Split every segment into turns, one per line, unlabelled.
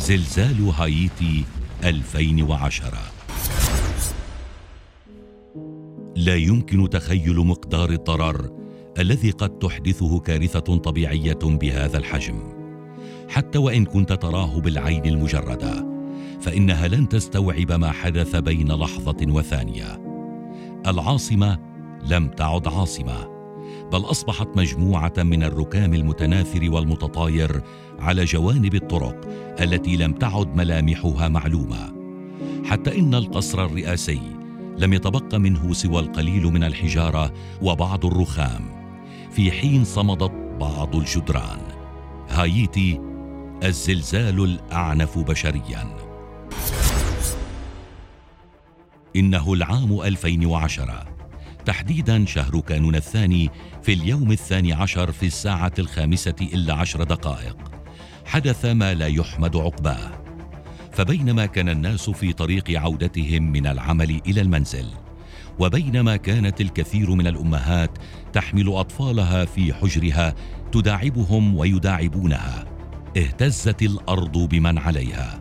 زلزال هايتي 2010. لا يمكن تخيل مقدار الضرر الذي قد تحدثه كارثة طبيعية بهذا الحجم. حتى وإن كنت تراه بالعين المجردة، فإنها لن تستوعب ما حدث بين لحظة وثانية. العاصمة لم تعد عاصمة، بل أصبحت مجموعة من الركام المتناثر والمتطاير على جوانب الطرق التي لم تعد ملامحها معلومة. حتى إن القصر الرئاسي لم يتبق منه سوى القليل من الحجارة وبعض الرخام، في حين صمدت بعض الجدران. هايتي، الزلزال الأعنف بشرياً. إنه العام 2010، تحديداً شهر كانون الثاني، في اليوم 12 في الساعة 5:10، حدث ما لا يحمد عقباه. فبينما كان الناس في طريق عودتهم من العمل إلى المنزل، وبينما كانت الكثير من الأمهات تحمل أطفالها في حجرها تداعبهم ويداعبونها، اهتزت الأرض بمن عليها.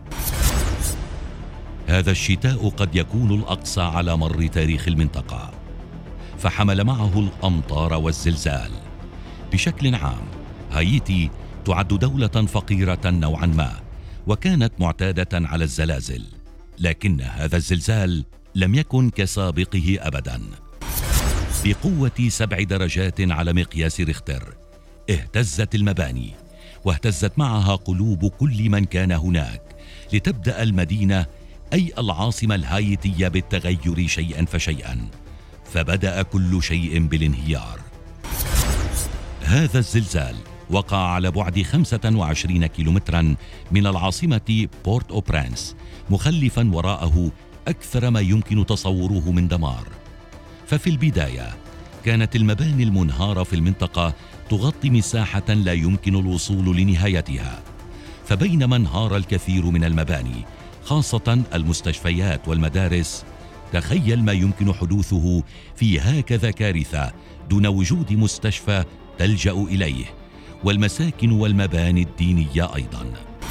هذا الشتاء قد يكون الأقصى على مر تاريخ المنطقة، فحمل معه الأمطار والزلزال. بشكل عام، هايتي تعد دولة فقيرة نوعا ما، وكانت معتادة على الزلازل، لكن هذا الزلزال لم يكن كسابقه أبدا. بقوة 7 درجات على مقياس ريختر، اهتزت المباني، واهتزت معها قلوب كل من كان هناك، لتبدأ المدينة أي العاصمة الهايتية بالتغير شيئا فشيئا، فبدأ كل شيء بالانهيار. هذا الزلزال وقع على بعد 25 كيلومترا من العاصمة بورت أو برانس، مخلفا وراءه أكثر ما يمكن تصوره من دمار. ففي البداية كانت المباني المنهارة في المنطقة تغطي مساحة لا يمكن الوصول لنهايتها، فبينما انهار الكثير من المباني، خاصة المستشفيات والمدارس، تخيل ما يمكن حدوثه في هكذا كارثة دون وجود مستشفى تلجأ إليه، والمساكن والمباني الدينية أيضا.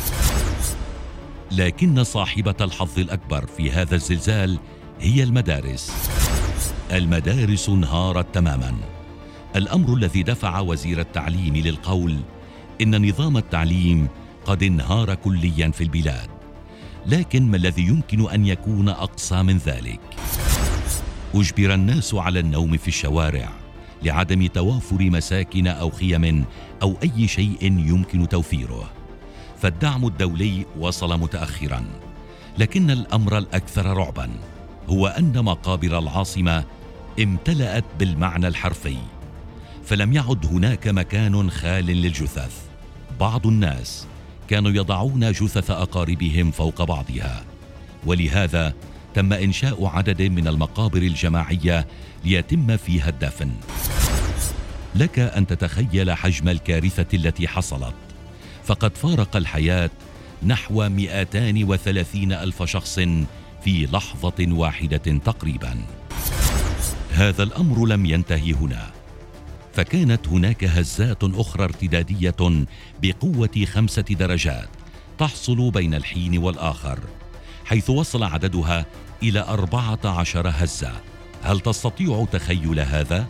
لكن صاحبة الحظ الأكبر في هذا الزلزال هي المدارس. المدارس انهارت تماما، الأمر الذي دفع وزير التعليم للقول إن نظام التعليم قد انهار كليا في البلاد. لكن ما الذي يمكن أن يكون أقصى من ذلك؟ أجبر الناس على النوم في الشوارع لعدم توافر مساكن أو خيم أو أي شيء يمكن توفيره، فالدعم الدولي وصل متأخرا. لكن الأمر الأكثر رعبا هو أن مقابر العاصمة امتلأت بالمعنى الحرفي، فلم يعد هناك مكان خال للجثث. بعض الناس كانوا يضعون جثث أقاربهم فوق بعضها، ولهذا تم إنشاء عدد من المقابر الجماعية ليتم فيها الدفن. لك أن تتخيل حجم الكارثة التي حصلت، فقد فارق الحياة نحو 230 ألف شخص في لحظة واحدة تقريبا. هذا الأمر لم ينتهي هنا، فكانت هناك هزات أخرى ارتدادية بقوة 5 درجات تحصل بين الحين والآخر، حيث وصل عددها إلى 14 هزة. هل تستطيع تخيل هذا؟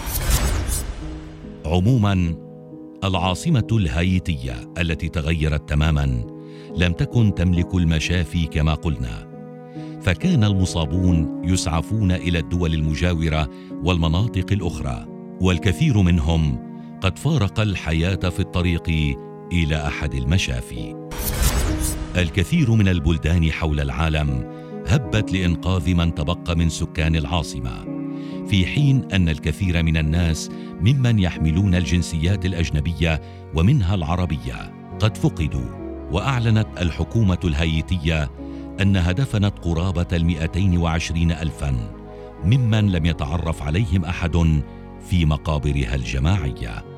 عموما، العاصمة الهايتية التي تغيرت تماما لم تكن تملك المشافي كما قلنا، فكان المصابون يسعفون إلى الدول المجاورة والمناطق الأخرى، والكثير منهم قد فارق الحياة في الطريق إلى أحد المشافي. الكثير من البلدان حول العالم هبت لإنقاذ من تبقى من سكان العاصمة، في حين أن الكثير من الناس ممن يحملون الجنسيات الأجنبية ومنها العربية قد فقدوا. وأعلنت الحكومة الهايتية أنها دفنت قرابة 220 ألفاً ممن لم يتعرف عليهم أحد في مقابرها الجماعية.